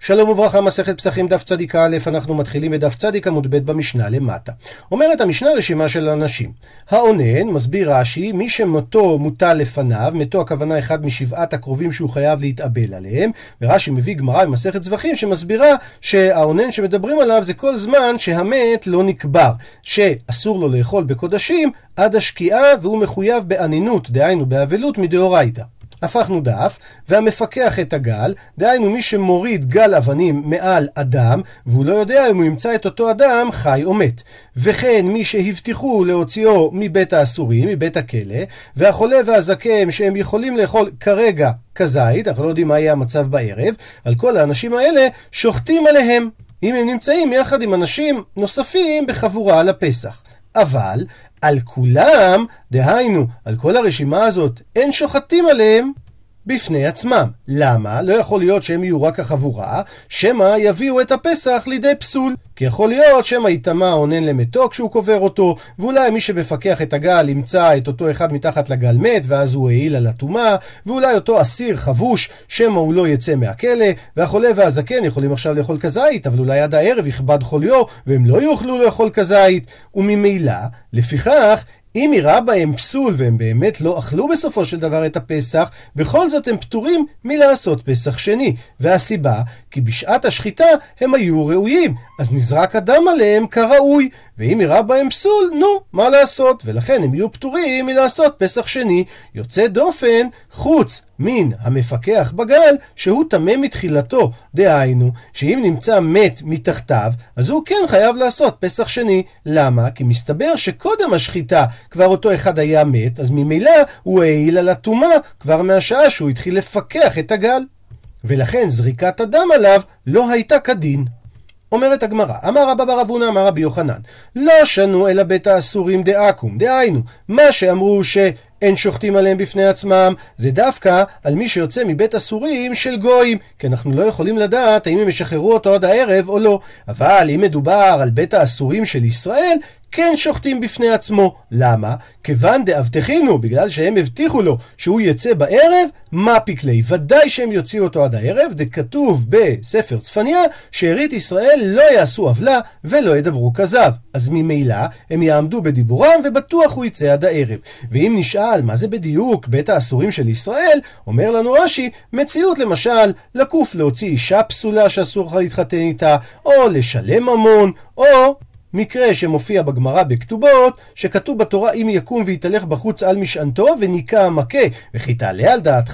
שלום וברכה, מסכת פסחים דף צדיק א', אנחנו מתחילים בדף צדיק עמוד ב' במשנה למטה. אומרת המשנה רשימה של אנשים. העונן, מסביר רש"י, מי שמותו מוטל לפניו, מתו הכוונה אחד משבעת הקרובים שהוא חייב להתאבל עליהם, ורש"י מביא גמרא במסכת זבחים שמסבירה שהעונן שמדברים עליו זה כל זמן שהמת לא נקבר, שאסור לו לאכול בקודשים עד השקיעה והוא מחויב בענינות, דהיינו באבלות מדאורייתא. הפכנו דף, והמפקח את הגל, דהיינו מי שמוריד גל אבנים מעל אדם, והוא לא יודע אם הוא ימצא את אותו אדם חי או מת. וכן מי שהבטיחו להוציאו מבית האסורים, מבית הכלא, והחולה והזקם שהם יכולים לאכול כרגע כזית, אנחנו לא יודעים מה יהיה המצב בערב, על כל האנשים האלה שוחטים עליהם, אם הם נמצאים יחד עם אנשים נוספים בחבורה על הפסח. אבל על כולם, דהיינו, על כל הרשימה הזאת, אין שוחטים עליהם בפני עצמם. למה? לא יכול להיות שהם יהיו רק החבורה, שמא יביאו את הפסח לידי פסול. כי יכול להיות שמא יטמא העונן למתו כשהוא קובר אותו, ואולי מי שמפקח את הגל ימצא את אותו אחד מתחת לגל מת, ואז הוא העיל על הטומאה, ואולי אותו אסיר חבוש, שמא הוא לא יצא מהכלא, והחולה והזקן יכולים עכשיו לאכול כזית, אבל אולי עד הערב יכבד חוליו, והם לא יוכלו לאכול כזית, וממילא, לפיכך, אם יראה בהם פסול והם באמת לא אכלו בסופו של דבר את הפסח, בכל זאת הם פטורים מלעשות פסח שני. והסיבה, כי בשעת השחיטה הם היו ראויים, אז נזרק הדם עליהם כראוי. ואם יראה בהם פסול, נו, מה לעשות? ולכן הם יהיו פטורים מלעשות פסח שני. יוצא דופן חוץ מן המפקח בגל שהוא טמא מתחילתו. דהיינו, שאם נמצא מת מתחתיו, אז הוא כן חייב לעשות פסח שני. למה? כי מסתבר שקודם השחיטה כבר אותו אחד היה מת, אז ממילא הוא העיל על הטומאה כבר מהשעה שהוא התחיל לפקח את הגל. ולכן זריקת הדם עליו לא הייתה כדין. אומרת הגמרא, אמר רבא בר אבונה אמר רבי יוחנן, לא שנו אלא בית האסורים דאקום, דהיינו, מה שאמרו שאין שוחטים עליהם בפני עצמם, זה דווקא על מי שיוצא מבית אסורים של גויים, כי אנחנו לא יכולים לדעת האם הם ישחררו אותו עד הערב או לא. אבל אם מדובר על בית האסורים של ישראל, כן שוחטים בפני עצמו. למה? כיוון דאבטחינו, בגלל שהם הבטיחו לו שהוא יצא בערב, מה פיקלי? ודאי שהם יוציאו אותו עד הערב, וכתוב בספר צפניה, שארית ישראל לא יעשו עוולה ולא ידברו כזב. אז ממילא הם יעמדו בדיבורם ובטוח הוא יצא עד הערב. ואם נשאל מה זה בדיוק בית האסורים של ישראל, אומר לנו רש"י, מציאות למשל, לקוף להוציא אישה פסולה שאסור לך להתחתן איתה, או לשלם ממון, או מקרה שמופיע בגמרא בכתובות, שכתוב בתורה אם יקום ויתהלך בחוץ על משענתו וניקה המכה, וכי תעלה על דעתך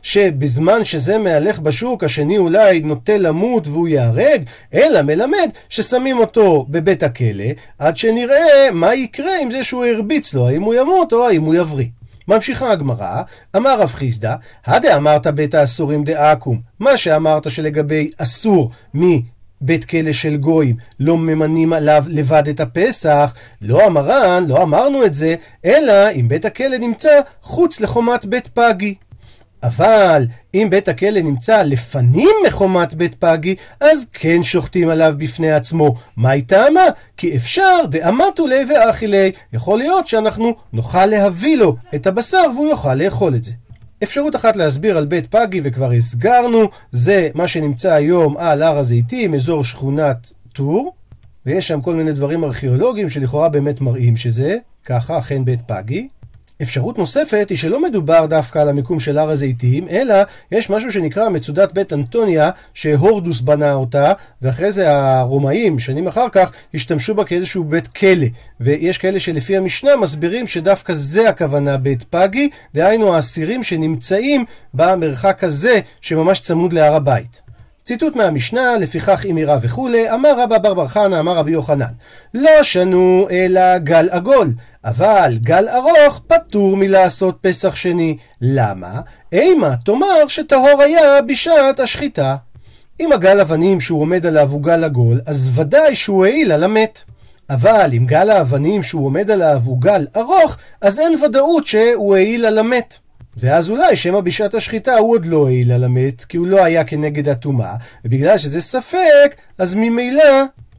שבזמן שזה מהלך בשוק השני אולי נוטה למות והוא יהרג, אלא מלמד ששמים אותו בבית הכלא עד שנראה מה יקרה עם זה שהוא הרביץ לו, האם הוא ימות או האם הוא יבריא. ממשיכה הגמרא, אמר רב חיסדא, הדה אמרת בית האסורים דאקום, מה שאמרת שלגבי אסור בית כלא של גויים לא ממנים עליו לבד את הפסח, לא אמרן, לא אמרנו את זה, אלא אם בית הכלא נמצא חוץ לחומת בית פגי. אבל אם בית הכלא נמצא לפנים מחומת בית פגי, אז כן שוחטים עליו בפני עצמו. מה הייתה מה? כי אפשר דאמתו לי ואכילי, יכול להיות שאנחנו נוכל להביא לו את הבשר והוא יוכל לאכול את זה. אפשרות אחת להסביר על בית פגי וכבר הסגרנו, זה מה שנמצא היום על הר הזיתים, אזור שכונת טור, ויש שם כל מיני דברים ארכיאולוגיים שלכאורה באמת מראים שזה ככה, אכן בית פגי. אפשרות נוספת היא שלא מדובר דווקא על המיקום של הר הזיתים, אלא יש משהו שנקרא מצודת בית אנטוניה, שהורדוס בנה אותה, ואחרי זה הרומאים, שנים אחר כך, השתמשו בה כאיזשהו בית כלא. ויש כאלה שלפי המשנה מסבירים שדווקא זה הכוונה בית פגי, דהיינו האסירים שנמצאים במרחק הזה שממש צמוד להר הבית. ציטוט מהמשנה, לפיכך אם יראה וכולי, אמר רבא בר בר חנא אמר רבי יוחנן, לא שנו אלא גל עגול, אבל גל ארוך פטור מלעשות פסח שני. למה? אימה תאמר שטהור היה בשעת השחיטה. אם הגל אבנים שהוא עומד עליו הוא גל עגול, אז ודאי שהוא העיל על המת. אבל אם גל האבנים שהוא עומד עליו הוא גל ארוך, אז אין ודאות שהוא העיל על המת. ואז אולי שמא בשעת השחיטה הוא עוד לא העיל על המת, כי הוא לא היה כנגד הטומאה, ובגלל שזה ספק, אז ממילא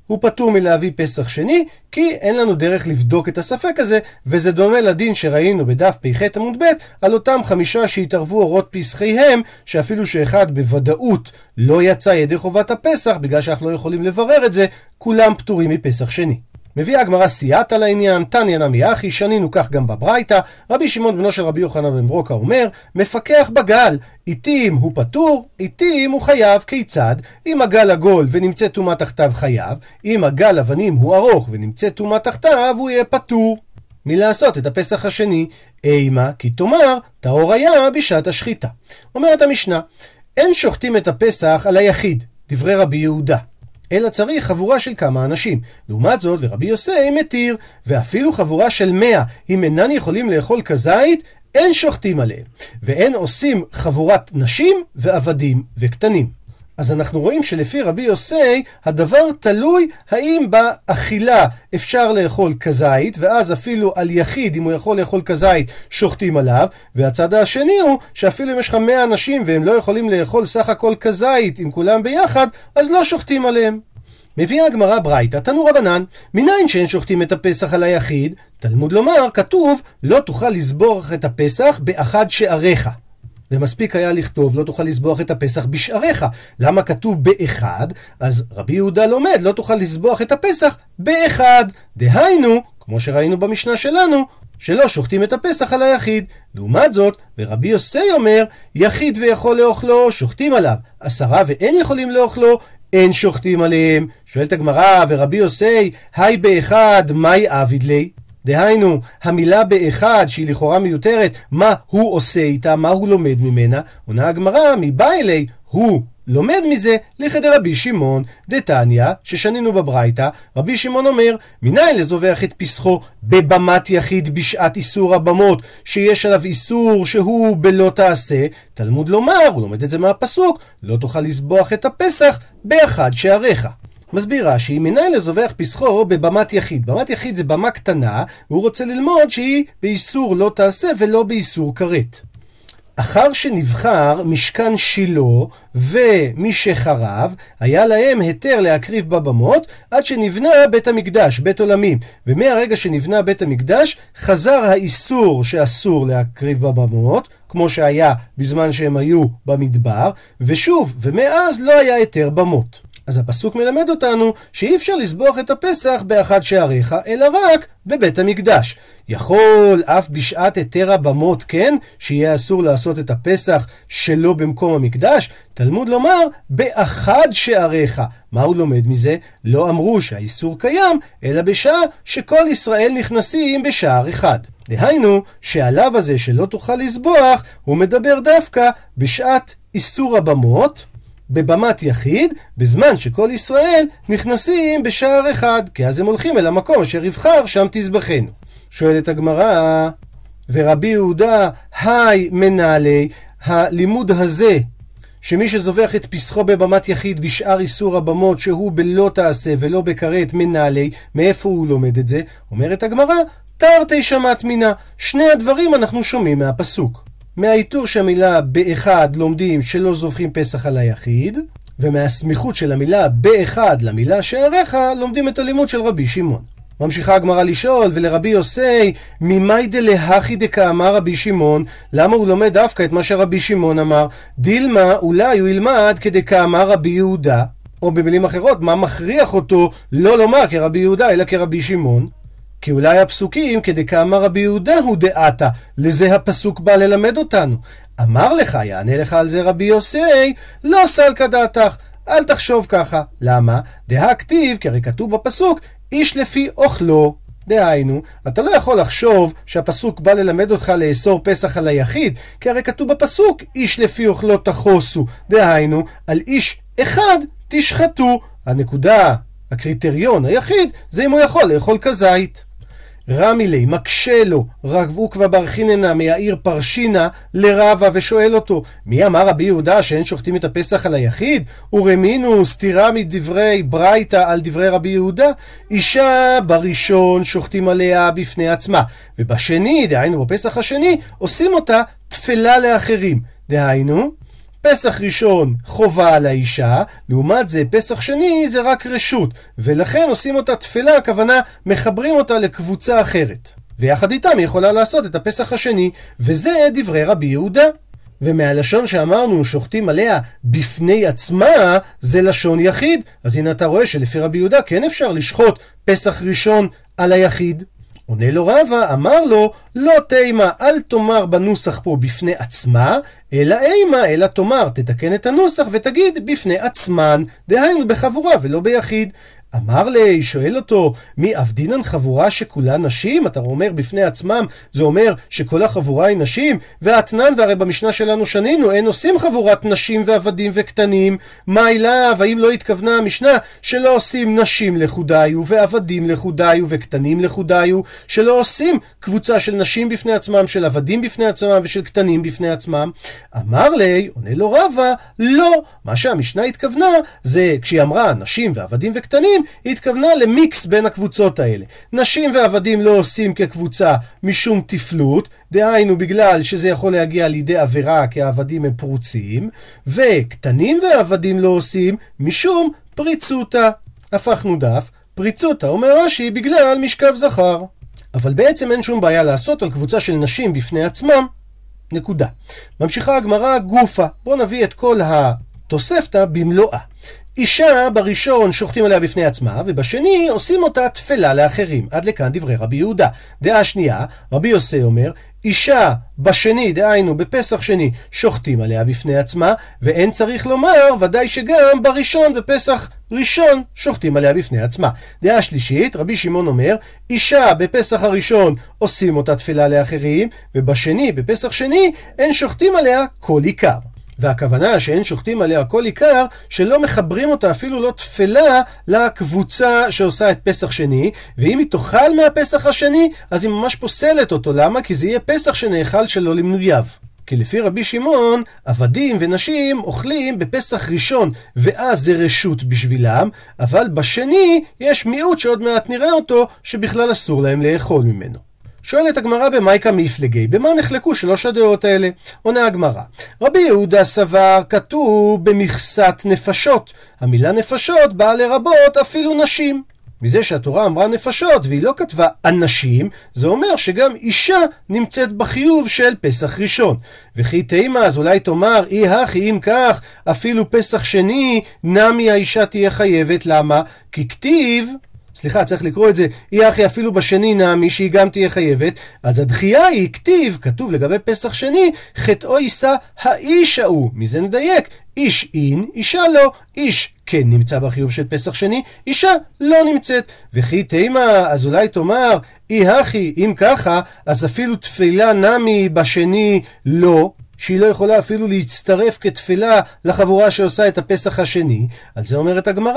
הוא פטור מלהביא פסח שני, כי אין לנו דרך לבדוק את הספק הזה, וזה דומה לדין שראינו בדף פ"ח עמוד ב' על אותם 5 שהתערבו אורות פסחיהם, שאפילו שאחד בוודאות לא יצא ידי חובת הפסח, בגלל שאנחנו לא יכולים לברר את זה, כולם פטורים מפסח שני. מביאה הגמרא סייעת על העניין, תניא נמי אחי, שנינו כך גם בברייתא. רבי שמעון בנו של רבי יוחנן בן ברוקה אומר, מפקח בגל, עיתים הוא פטור, עיתים הוא חייב. כיצד? אם הגל עגול ונמצא טומאה תחתיו חייב, אם הגל אבנים הוא ארוך ונמצא טומאה תחתיו הוא יהיה פטור מלעשות את הפסח השני. אימה כי תאמר טהור היה בשעת השחיטה. אומרת המשנה, אין שוחטים את הפסח על היחיד, דברי רבי יהודה, אלא צריך חבורה של כמה אנשים. לעומת זאת, ורבי יוסי מתיר, ואפילו חבורה של 100, אם אינן יכולים לאכול כזית, אין שוחטים עליהם. ואין עושים חבורת נשים ועבדים וקטנים. אז אנחנו רואים שלפי רבי יוסי, הדבר תלוי האם באכילה אפשר לאכול כזית, ואז אפילו על יחיד, אם הוא יכול לאכול כזית, שוחטים עליו. והצד השני הוא שאפילו אם יש לך 100 אנשים והם לא יכולים לאכול סך הכל כזית עם כולם ביחד, אז לא שוחטים עליהם. מביאה הגמרא ברייתא, תנו רבנן, מניין שאין שוחטים את הפסח על היחיד? תלמוד לומר, כתוב, לא תוכל לסבוח את הפסח באחד שעריך. ומספיק היה לכתוב, לא תוכל לסבוח את הפסח בשעריך. למה כתוב באחד? אז רבי יהודה לומד, לא תוכל לסבוח את הפסח באחד. דהיינו, כמו שראינו במשנה שלנו, שלא שוחטים את הפסח על היחיד. לעומת זאת, ורבי יוסי אומר, יחיד ויכול לאוכלו, שוחטים עליו. 10 ואין יכולים לאוכלו, אין שוחטים עליהם. שואלת הגמרא, ורבי יוסי, היי באחד, מהי עביד לי? דהיינו, המילה באחד שהיא לכאורה מיותרת, מה הוא עושה איתה, מה הוא לומד ממנה? עונה הגמרא, מבא אלי, הוא לומד מזה לכדי רבי שמעון דתניא, ששנינו בברייתא. רבי שמעון אומר, מניין לזובח את פסחו בבמת יחיד בשעת איסור הבמות, שיש עליו איסור שהוא בלא תעשה. תלמוד לומר, הוא לומד את זה מהפסוק, לא תוכל לסבוח את הפסח באחד שעריך. מסביר רש"י, מניין לזובח פסחו בבמת יחיד. במת יחיד זה במה קטנה, והוא רוצה ללמוד שהיא באיסור לא תעשה ולא באיסור כרת. אחר שנבחר משכן שילה ומי שחרב, היה להם היתר להקריב בבמות עד שנבנה בית המקדש, בית עולמים. ומהרגע שנבנה בית המקדש חזר האיסור שאסור להקריב בבמות, כמו שהיה בזמן שהם היו במדבר, ושוב, ומאז לא היה היתר במות. אז הפסוק מלמד אותנו שאי אפשר לסבוח את הפסח באחד שעריך, אלא רק בבית המקדש. יכול אף בשעת היתר הבמות, כן, שיהיה אסור לעשות את הפסח שלא במקום המקדש? תלמוד לומר, באחד שעריך. מה הוא לומד מזה? לא אמרו שהאיסור קיים, אלא בשעה שכל ישראל נכנסים בשער אחד. דהיינו, שעליו הזה שלא תוכל לסבוח, הוא מדבר דווקא בשעת איסור הבמות, בבמת יחיד, בזמן שכל ישראל נכנסים בשער אחד, כי אז הם הולכים אל המקום אשר יבחר, שם תזבחנו. שואלת הגמרא, ורבי יהודה, היי מנהלי, הלימוד הזה, שמי שזובח את פסחו בבמת יחיד בשאר איסור הבמות, שהוא בלא תעשה ולא בכרת, מנהלי, מאיפה הוא לומד את זה? אומרת הגמרא, תרתי שמעת מינה. שני הדברים אנחנו שומעים מהפסוק. מהאיתור שהמילה באחד לומדים שלא זובחים פסח על היחיד, ומהסמיכות של המילה באחד למילה שעריך לומדים את הלימוד של רבי שמעון. ממשיכה הגמרא לשאול, ולרבי יוסי, ממאי דלהכי דקאמר רבי שמעון? למה הוא לומד דווקא את מה שרבי שמעון אמר? דילמה, אולי הוא ילמד כדקאמר רבי יהודה, או במילים אחרות, מה מכריח אותו לא לומר כרבי יהודה אלא כרבי שמעון? כי אולי הפסוקים כדקאמר רבי יהודה הוא דעתה, לזה הפסוק בא ללמד אותנו. אמר לך, יענה לך על זה רבי יוסי, לא סלקא דעתך, אל תחשוב ככה. למה? דהכתיב, כי הרי כתוב בפסוק, איש לפי אוכלו. דהיינו, אתה לא יכול לחשוב שהפסוק בא ללמד אותך לאסור פסח על היחיד, כי הרי כתוב בפסוק, איש לפי אוכלו תחוסו. דהיינו, על איש אחד תשחטו. הנקודה, הקריטריון היחיד, זה אם הוא יכול לאכול כזית. רמי לי, מקשה לו, רב עוקבא בר חיננה מהעיר פרשינה לרבא ושואל אותו, מי אמר רבי יהודה שאין שוחטים את הפסח על היחיד? ורמינו סתירה מדברי ברייתא על דברי רבי יהודה? אישה בראשון שוחטים עליה בפני עצמה, ובשני, דהיינו בפסח השני, עושים אותה תפלה לאחרים. דהיינו, פסח ראשון חובה על האישה, לעומת זה פסח שני זה רק רשות, ולכן עושים אותה תפלה, הכוונה מחברים אותה לקבוצה אחרת. ויחד איתם היא יכולה לעשות את הפסח השני, וזה דברי רבי יהודה. ומהלשון שאמרנו שוחטים עליה בפני עצמה, זה לשון יחיד. אז הנה אתה רואה שלפי רבי יהודה כן אפשר לשחוט פסח ראשון על היחיד. עונה לו רבא, אמר לו, לא תימה, אל תאמר בנוסח פה בפני עצמה, אלא אימה, אלא תאמר, תתקן את הנוסח ותגיד בפני עצמן, דהיינו בחבורה ולא ביחיד. אמר לי, שואל אותו, מי אבדינן חבורה שכולה נשים? אתה אומר בפני עצמם, זה אומר שכל החבורה היא נשים? והתנן, והרי במשנה שלנו שנינו, אין עושים חבורת נשים ועבדים וקטנים. מה אליו? האם לא התכוונה המשנה שלא עושים נשים לחודיו, ועבדים לחודיו, וקטנים לחודיו, שלא עושים קבוצה של נשים בפני עצמם, של עבדים בפני עצמם, ושל קטנים בפני עצמם? אמר לי, עונה לו רבא, לא. מה שהמשנה התכוונה, זה כשהיא אמרה נשים ועבדים וקטנים, היא התכוונה למיקס בין הקבוצות האלה. נשים ועבדים לא עושים כקבוצה משום תפלות, דהיינו בגלל שזה יכול להגיע לידי עבירה כי העבדים הם פרוצים, וקטנים ועבדים לא עושים משום פריצותה. הפכנו דף, פריצותה אומר רש"י בגלל משכב זכר. אבל בעצם אין שום בעיה לעשות על קבוצה של נשים בפני עצמם. נקודה. ממשיכה הגמרא גופה. בואו נביא את כל התוספתא במלואה. אישה בראשון שוחטים עליה בפני עצמה, ובשני עושים אותה תפלה לאחרים. עד לכאן דברי רבי יהודה. דעה שנייה, רבי יוסי אומר, אישה בשני, דהיינו בפסח שני, שוחטים עליה בפני עצמה, ואין צריך לומר, ודאי שגם בראשון, בפסח ראשון, שוחטים עליה בפני עצמה. דעה שלישית, רבי שמעון אומר, אישה בפסח הראשון עושים אותה תפלה לאחרים, ובשני, בפסח שני, אין שוחטים עליה כל עיקר. והכוונה שאין שוחטים עליה כל עיקר, שלא מחברים אותה אפילו לא תפלה לקבוצה שעושה את פסח שני, ואם היא תאכל מהפסח השני, אז היא ממש פוסלת אותו. למה? כי זה יהיה פסח שנאכל שלא למנוייו. כי לפי רבי שמעון, עבדים ונשים אוכלים בפסח ראשון, ואז זה רשות בשבילם, אבל בשני יש מיעוט שעוד מעט נראה אותו, שבכלל אסור להם לאכול ממנו. שואלת הגמרא במאיקה מפלגי, במה נחלקו שלוש הדעות האלה? עונה הגמרא, רבי יהודה סבר, כתוב במכסת נפשות. המילה נפשות באה לרבות אפילו נשים. מזה שהתורה אמרה נפשות והיא לא כתבה אנשים, זה אומר שגם אישה נמצאת בחיוב של פסח ראשון. וכי תימה, אז אולי תאמר, אי הכי אם כך, אפילו פסח שני, נמי האישה תהיה חייבת. למה? כי כתיב, סליחה, צריך לקרוא את זה, אי אחי אפילו בשני נעמי שהיא גם תהיה חייבת. אז הדחייה היא כתיב, כתוב לגבי פסח שני, חטאו יישא האיש ההוא. מזה נדייק, איש אין, אישה לא. איש כן נמצא בחיוב של פסח שני, אישה לא נמצאת. וכי תימה, אז אולי תאמר, אי הכי אם ככה, אז אפילו תפילה נמי בשני לא, שהיא לא יכולה אפילו להצטרף כתפילה לחבורה שעושה את הפסח השני. על זה אומרת הגמרא,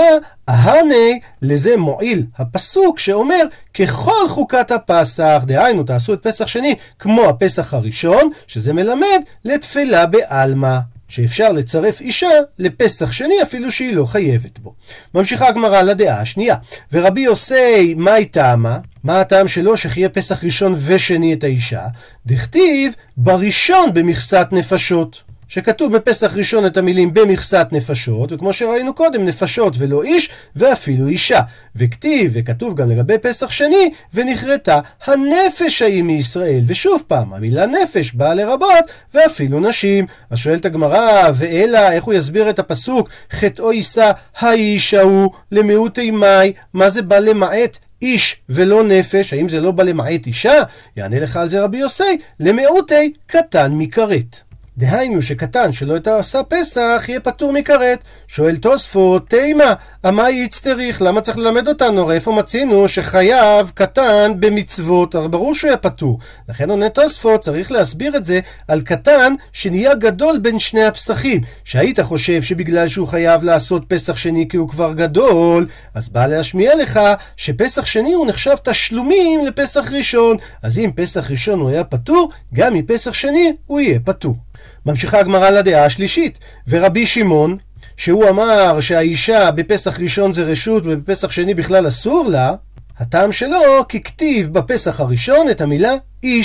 אהני, לזה מועיל הפסוק שאומר, ככל חוקת הפסח, דהיינו תעשו את פסח שני כמו הפסח הראשון, שזה מלמד לתפילה בעלמא, שאפשר לצרף אישה לפסח שני אפילו שהיא לא חייבת בו. ממשיכה הגמרא לדעה השנייה, ורבי יוסי, מה היא טעמה? מה הטעם שלו שחיה פסח ראשון ושני את האישה? דכתיב בראשון במכסת נפשות, שכתוב בפסח ראשון את המילים במכסת נפשות, וכמו שראינו קודם, נפשות ולא איש ואפילו אישה. וכתיב וכתוב גם לגבי פסח שני, ונכרתה הנפש ההיא מישראל. ושוב פעם, המילה נפש באה לרבות ואפילו נשים. אז שואלת הגמרא, ואלא, איך הוא יסביר את הפסוק חטאו יישא האיש ההוא למיעוטי מאי? מה זה בא למעט איש ולא נפש? האם זה לא בא למעט אישה? יענה לך על זה רבי יוסי, למיעוטי קטן מכרת. דהיינו שקטן שלא הייתה עשה פסח יהיה פטור מכרת. שואל תוספות, תימה, מה יצטריך? למה צריך ללמד אותנו? הרי איפה מצינו שחייב קטן במצוות? הרי ברור שהוא יהיה פטור. לכן עונה תוספות, צריך להסביר את זה על קטן שנהיה גדול בין שני הפסחים, שהיית חושב שבגלל שהוא חייב לעשות פסח שני כי הוא כבר גדול, אז בא להשמיע לך שפסח שני הוא נחשב תשלומים לפסח ראשון. אז אם פסח ראשון הוא היה פטור, גם מפסח שני הוא יהיה פטור. ממשיכה הגמרא לדעה השלישית, ורבי שמעון, שהוא אמר שהאישה בפסח ראשון זה רשות ובפסח שני בכלל אסור לה, הטעם שלו כי כתיב בפסח הראשון את המילה איש,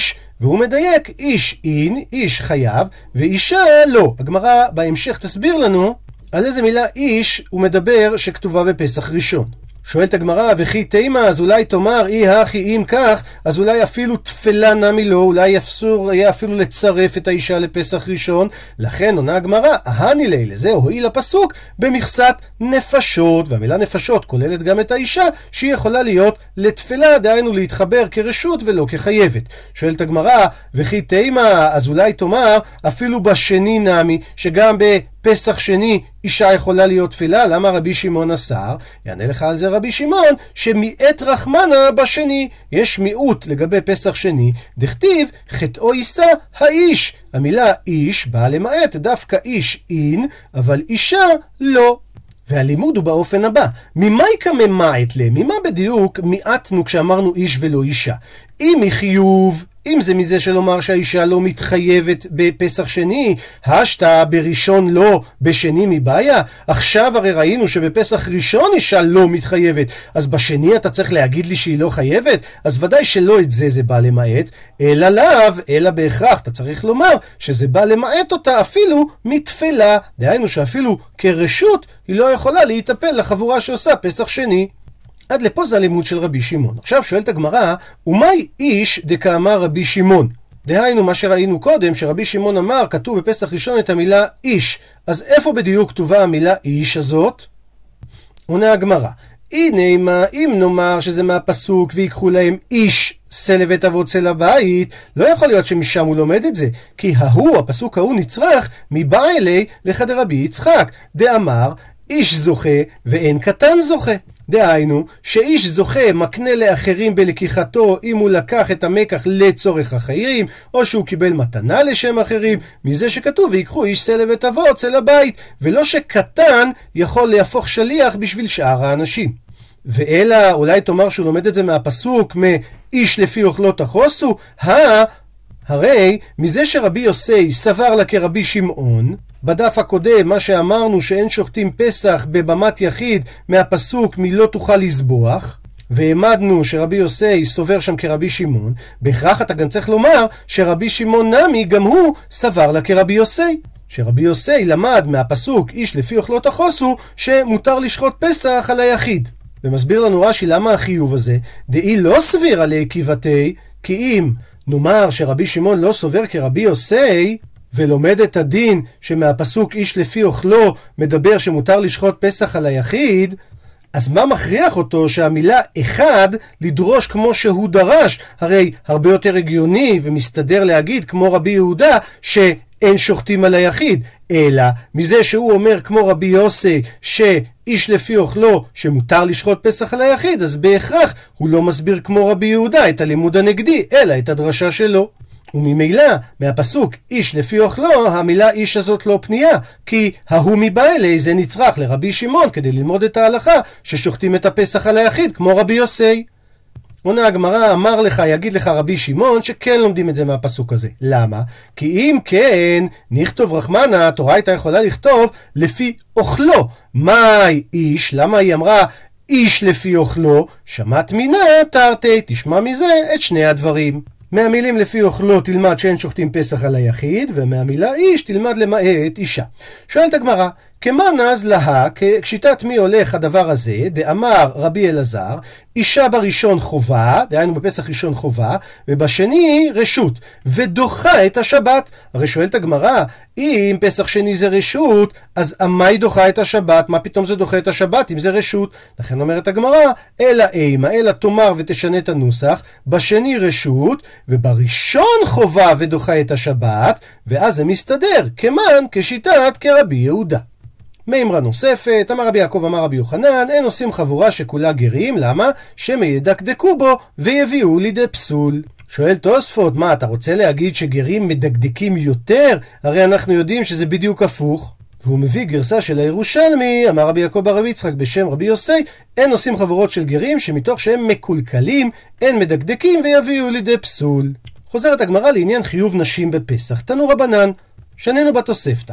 והוא מדייק איש אין, איש חייב, ואישה לא. הגמרא בהמשך תסביר לנו על איזה מילה איש הוא מדבר שכתובה בפסח ראשון. שואלת הגמרא, וכי תימה, אז אולי תאמר, אי הכי אם כך, אז אולי אפילו תפלה נמי לו, אולי אסור יהיה אפילו לצרף את האישה לפסח ראשון. לכן עונה הגמרא, ההני לילה, זה הועיל הפסוק במכסת נפשות, והמילה נפשות כוללת גם את האישה, שהיא יכולה להיות לתפלה, דהיינו להתחבר כרשות ולא כחייבת. שואלת הגמרא, וכי תימה, אז אולי תאמר, אפילו בשני נמי, שגם פסח שני אישה יכולה להיות תפילה, למה רבי שמעון אסר? יענה לך על זה רבי שמעון, שמיעט רחמנה בשני. יש מיעוט לגבי פסח שני, דכתיב חטאו יישא האיש. המילה איש באה למעט דווקא איש אין, אבל אישה לא. והלימוד הוא באופן הבא, ממה יקממעט לה? ממה בדיוק מיעטנו כשאמרנו איש ולא אישה? אם היא חיוב, אם זה מזה שלומר שהאישה לא מתחייבת בפסח שני, השתה בראשון לא, בשני מבעיה. עכשיו הרי ראינו שבפסח ראשון אישה לא מתחייבת, אז בשני אתה צריך להגיד לי שהיא לא חייבת? אז ודאי שלא את זה בא למעט, אלא לאו, אלא בהכרח אתה צריך לומר שזה בא למעט אותה אפילו מתפלה, דהיינו שאפילו כרשות היא לא יכולה להיטפל לחבורה שעושה פסח שני. עד לפה זה הלימוד של רבי שמעון. עכשיו שואלת הגמרא, ומאי איש דקאמר רבי שמעון? דהיינו מה שראינו קודם, שרבי שמעון אמר, כתוב בפסח ראשון את המילה איש. אז איפה בדיוק כתובה המילה איש הזאת? עונה הגמרא, הנה מה, אם נאמר שזה מהפסוק ויקחו להם איש סלבט אבות לבית, לא יכול להיות שמשם הוא לומד את זה, כי הפסוק ההוא נצרך מבעלי לחדר רבי יצחק, דאמר איש זוכה ואין קטן זוכה. דהיינו שאיש זוכה מקנה לאחרים בלקיחתו אם הוא לקח את המקח לצורך אחרים, או שהוא קיבל מתנה לשם אחרים, מזה שכתוב ויקחו איש סלבט אבות אצל הבית, ולא שקטן יכול להפוך שליח בשביל שאר האנשים. ואלא אולי תאמר שהוא לומד את זה מהפסוק מאיש לפי אוכלות החוסו, הרי מזה שרבי יוסי סבר לה כרבי שמעון, בדף הקודם מה שאמרנו שאין שוחטים פסח בבמת יחיד מהפסוק מלא תוכל לזבוח, והעמדנו שרבי יוסי סובר שם כרבי שמעון, בהכרח אתה גם צריך לומר שרבי שמעון נמי גם הוא סבר לה כרבי יוסי, שרבי יוסי למד מהפסוק איש לפי אוכלות החוסו שמותר לשחוט פסח על היחיד. ומסביר לנו רש"י למה החיוב הזה, דאי לא סביר עלי קיבתי, כי אם נאמר שרבי שמעון לא סובר כרבי יוסי ולומד את הדין שמהפסוק איש לפי אוכלו מדבר שמותר לשחוט פסח על היחיד, אז מה מכריח אותו שהמילה אחד לדרוש כמו שהוא דרש? הרי הרבה יותר הגיוני ומסתדר להגיד כמו רבי יהודה שאין שוחטים על היחיד, אלא מזה שהוא אומר כמו רבי יוסי שאיש לפי אוכלו שמותר לשחוט פסח על היחיד, אז בהכרח הוא לא מסביר כמו רבי יהודה את הלימוד הנגדי, אלא את הדרשה שלו. וממילא מהפסוק איש לפי אוכלו המילה איש הזאת לא פנייה, כי ההוא מבעלי זה נצרך לרבי שמעון כדי ללמוד את ההלכה ששוחטים את הפסח על היחיד כמו רבי יוסי. עונה הגמרא, אמר לך, יגיד לך רבי שמעון שכן לומדים את זה מהפסוק הזה. למה? כי אם כן נכתוב רחמנה, התורה הייתה יכולה לכתוב לפי אוכלו. מהי איש? למה היא אמרה איש לפי אוכלו? שמעת מינה תרתי, תשמע מזה את שני הדברים. מהמילים לפי אוכלו תלמד שאין שוחטים פסח על היחיד, ומהמילה איש תלמד למעט אישה. שואלת הגמרא, כמה נז לה, כשיטת מי הולך הדבר הזה? דאמר רבי אלעזר, אישה בראשון חובה, דהיינו בפסח ראשון חובה, ובשני רשות, ודוחה את השבת. הרי שואלת הגמרא, אם פסח שני זה רשות, אז מה היא דוחה את השבת? מה פתאום זה דוחה את השבת אם זה רשות? לכן אומרת הגמרא, אלא אימה, אלא תאמר ותשנה את הנוסח, בשני רשות, ובראשון חובה ודוחה את השבת, ואז זה מסתדר, כמן כשיטת כרבי יהודה. מאמרה נוספת, אמר רבי יעקב אמר רבי יוחנן, אין עושים חבורה שכולה גרים, למה? שמיידקדקו בו ויביאו לידי פסול. שואל תוספות, מה אתה רוצה להגיד שגרים מדקדקים יותר? הרי אנחנו יודעים שזה בדיוק הפוך. והוא מביא גרסה של הירושלמי, אמר רבי יעקב בר רבי יצחק בשם רבי יוסי, אין עושים חבורות של גרים שמתוך שהם מקולקלים, אין מדקדקים ויביאו לידי פסול. חוזרת הגמרא לעניין חיוב נשים בפסח. תנו רבנן, שננו בתוספתא.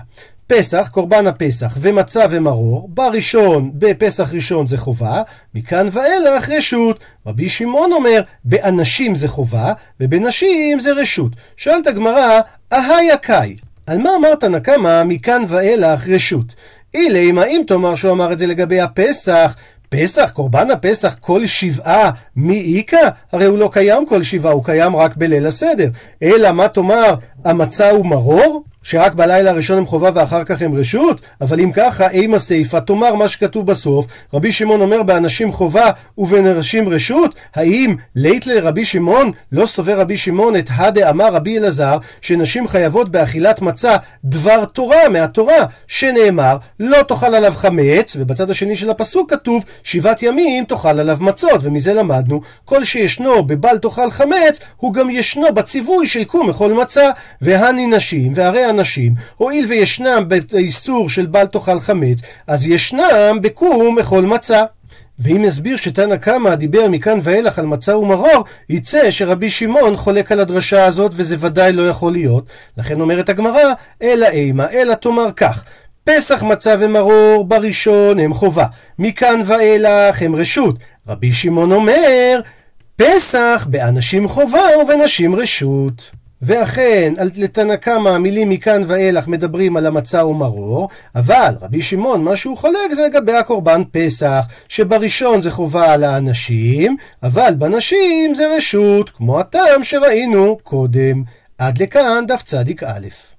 פסח, קורבן הפסח, ומצה ומרור, בראשון, בפסח ראשון זה חובה, מכאן ואילך רשות. רבי שמעון אומר, באנשים זה חובה, ובנשים זה רשות. שואלת הגמרא, אהיה קאי, על מה אמרת נקמה מכאן ואילך רשות? אילי, אם תאמר שהוא אמר את זה לגבי הפסח, פסח, קורבן הפסח, כל שבעה מי איכה? הרי הוא לא קיים כל שבעה, הוא קיים רק בליל הסדר. אלא מה תאמר, המצה ומרור? שרק בלילה הראשון הם חובה ואחר כך הם רשות? אבל אם ככה, אימה סייפה, תאמר מה שכתוב בסוף. רבי שמעון אומר באנשים חובה ובנשים רשות? האם לית לרבי שמעון? לא סובר רבי שמעון את הדה אמר רבי אלעזר, שנשים חייבות באכילת מצה דבר תורה מהתורה, שנאמר לא תאכל עליו חמץ, ובצד השני של הפסוק כתוב 7 ימים תאכל עליו מצות, ומזה למדנו כל שישנו בבל תאכל חמץ הוא גם ישנו בציווי של קום אכול מצה. והני נשים, והרי אנשים, הואיל וישנם באיסור של בל תאכל חמץ, אז ישנם בקום אכול מצה. ואם נסביר שתנא קמא דיבר מכאן ואילך על מצה ומרור, יצא שרבי שמעון חולק על הדרשה הזאת, וזה ודאי לא יכול להיות. לכן אומרת הגמרא, אלא אימה, אלא תאמר כך, פסח, מצה ומרור בראשון הם חובה, מכאן ואילך הם רשות. רבי שמעון אומר, פסח באנשים חובה ובנשים רשות. ואכן, לתנא קמא המילים מכאן ואילך מדברים על המצה ומרור, אבל רבי שמעון מה שהוא חולק זה לגבי הקורבן פסח, שבראשון זה חובה על האנשים, אבל בנשים זה רשות, כמו הטעם שראינו קודם. עד לכאן דף צדיק א'.